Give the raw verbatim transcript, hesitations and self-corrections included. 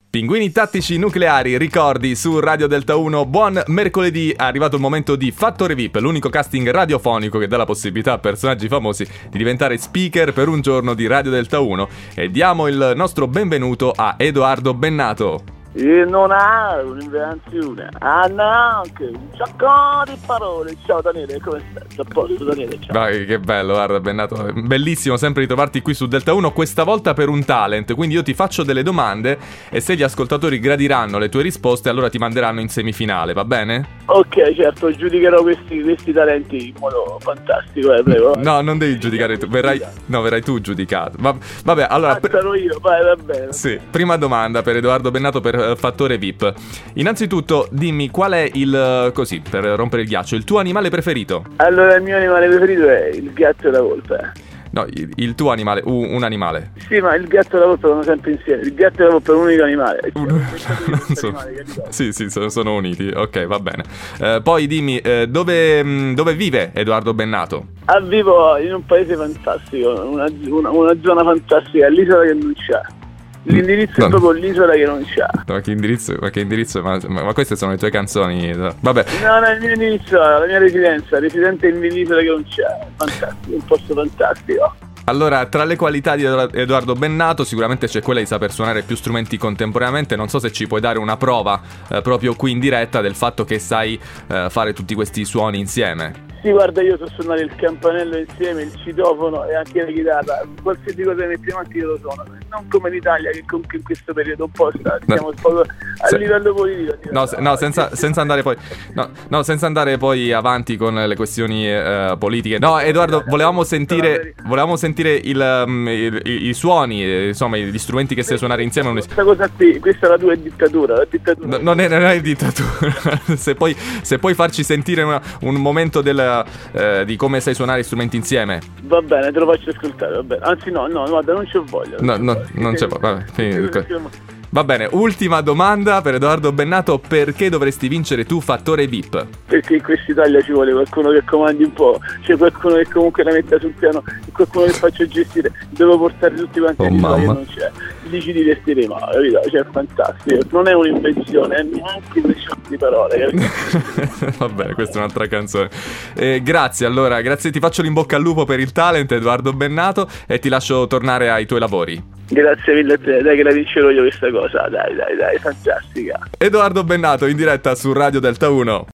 Pinguini tattici nucleari, ricordi su Radio Delta uno. Buon mercoledì, è arrivato il momento di Fattore V I P, l'unico casting radiofonico che dà la possibilità a personaggi famosi di diventare speaker per un giorno di Radio Delta uno. E diamo il nostro benvenuto a Edoardo Bennato. E non ha un'invenzione, ha anche un sacco di parole. Ciao Daniele, come stai? A posto Daniele, ciao. Vai, che bello, guarda Bennato, bellissimo sempre ritrovarti qui su Delta uno, questa volta per un talent. Quindi io ti faccio delle domande e se gli ascoltatori gradiranno le tue risposte allora ti manderanno in semifinale, va bene? Ok, certo, giudicherò questi, questi talenti in modo fantastico, eh, prego. No, non devi giudicare tu, verrai, no, verrai tu giudicato. Va, vabbè, allora... Ah, sarò io, vai, va bene. Sì, prima domanda per Edoardo Bennato per uh, Fattore V I P. Innanzitutto, dimmi qual è il, così, per rompere il ghiaccio, il tuo animale preferito? Allora, il mio animale preferito è il gatto e la volpe. No, il, il tuo animale, uh, un animale. Sì, ma il gatto e la volpe vanno sempre insieme. Il gatto e la volpe è un unico animale. Un... non so. Animali, sì, sì, sono, sono uniti. Ok, va bene. Eh, poi dimmi, eh, dove, mh, dove vive Edoardo Bennato? Ah, vivo in un paese fantastico, una, una, una zona fantastica, l'isola che non c'è. L'indirizzo no. È proprio l'isola che non c'è. Ma che indirizzo? Ma che indirizzo? Ma, ma, ma queste sono le tue canzoni? Vabbè. No, no, è il mio indirizzo, la mia residenza, residente nell'isola che non c'è. Fantastico, un posto fantastico. Allora, tra le qualità di Edoardo Bennato sicuramente c'è quella di saper suonare più strumenti contemporaneamente. Non so se ci puoi dare una prova eh, proprio qui in diretta del fatto che sai eh, fare tutti questi suoni insieme. Sì, guarda, io so suonare il campanello insieme, il citofono e anche la chitarra. Qualsiasi cosa metti avanti io lo suono. Non come l'Italia che comunque in questo periodo un po' sta, stiamo no. a se... livello politico. No, se, no senza, senza andare poi no, no, senza andare poi avanti con le questioni eh, politiche. No, Edoardo, volevamo sentire volevamo sentire il, um, il, i, i suoni, eh, insomma, gli strumenti che sai suonare insieme. Questa cosa qui, questa è la tua dittatura, la dittatura. No, non, è, non è dittatura. se poi se puoi farci sentire una, un momento del Eh, di come sai suonare strumenti insieme. Va bene, te lo faccio ascoltare, va bene. Anzi no, no, guarda, non c'ho voglia. No, no, non c'è voglia. Va bene, ultima domanda per Edoardo Bennato: perché dovresti vincere tu Fattore V I P? Perché in quest'Italia ci vuole qualcuno che comandi un po', c'è qualcuno che comunque la metta sul piano, qualcuno che faccia gestire, devo portare tutti quanti oh, mamma. Che non c'è. Lì ci divertiremo, capito? Cioè, è fantastico, non è un'invenzione, è neanche un gioco di parole. Va bene, questa è un'altra canzone. Eh, grazie, allora, grazie, ti faccio l'in bocca al lupo per il talent, Edoardo Bennato, e ti lascio tornare ai tuoi lavori. Grazie mille a te, dai che la vincerò io questa cosa, dai dai dai, fantastica. Edoardo Bennato in diretta su Radio Delta uno.